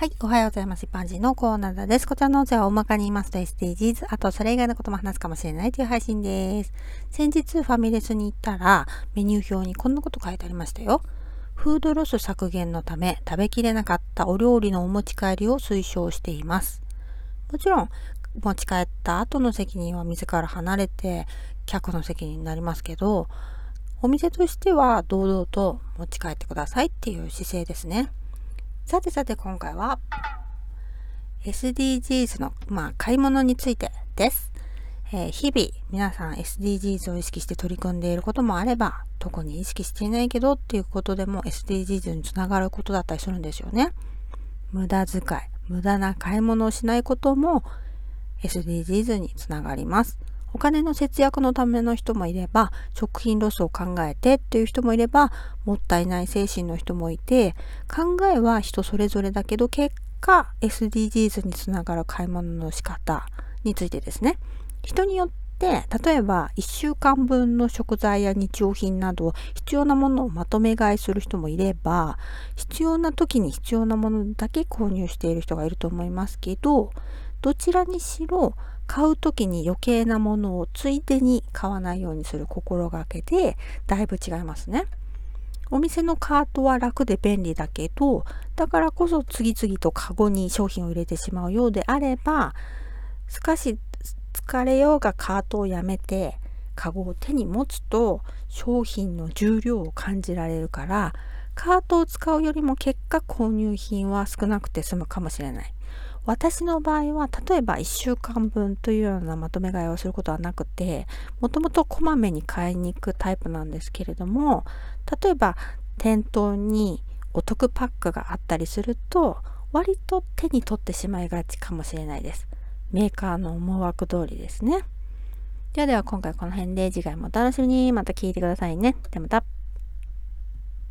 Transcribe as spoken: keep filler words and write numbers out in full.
はい、おはようございます。一般人のコーナーです。こちらの音声は大まかに言いますと エスディージーズ、あとそれ以外のことも話すかもしれないという配信です。先日ファミレスに行ったらメニュー表にこんなこと書いてありましたよ。フードロス削減のため食べきれなかったお料理のお持ち帰りを推奨しています。もちろん持ち帰った後の責任は自ら離れて客の責任になりますけど、お店としては堂々と持ち帰ってくださいっていう姿勢ですね。さてさて今回は エスディージーズ の、まあ、買い物についてです。えー、日々皆さん エスディージーズ を意識して取り組んでいることもあれば、特に意識していないけどっていうことでも エスディージーズ につながることだったりするんですよね。無駄遣い、無駄な買い物をしないことも エスディージーズ につながります。お金の節約のための人もいれば、食品ロスを考えてっていう人もいれば、もったいない精神の人もいて、考えは人それぞれだけど、結果 エスディージーズ につながる買い物の仕方についてですね。人によって例えばいっしゅうかんぶんの食材や日用品など必要なものをまとめ買いする人もいれば、必要な時に必要なものだけ購入している人がいると思いますけど、どちらにしろ買う時に余計なものをついでに買わないようにする心がけでだいぶ違いますね。お店のカートは楽で便利だけど、だからこそ次々とカゴに商品を入れてしまうようであれば、少し疲れようがカートをやめてカゴを手に持つと商品の重量を感じられるから、カートを使うよりも結果購入品は少なくて済むかもしれない。私の場合は例えばいっしゅうかんぶんというようなまとめ買いをすることはなくて、もともとこまめに買いに行くタイプなんですけれども、例えば店頭にお得パックがあったりすると割と手に取ってしまいがちかもしれないです。メーカーの思惑通りですね。ではでは今回この辺で、次回もお楽しみに。また聞いてくださいね。ではまた。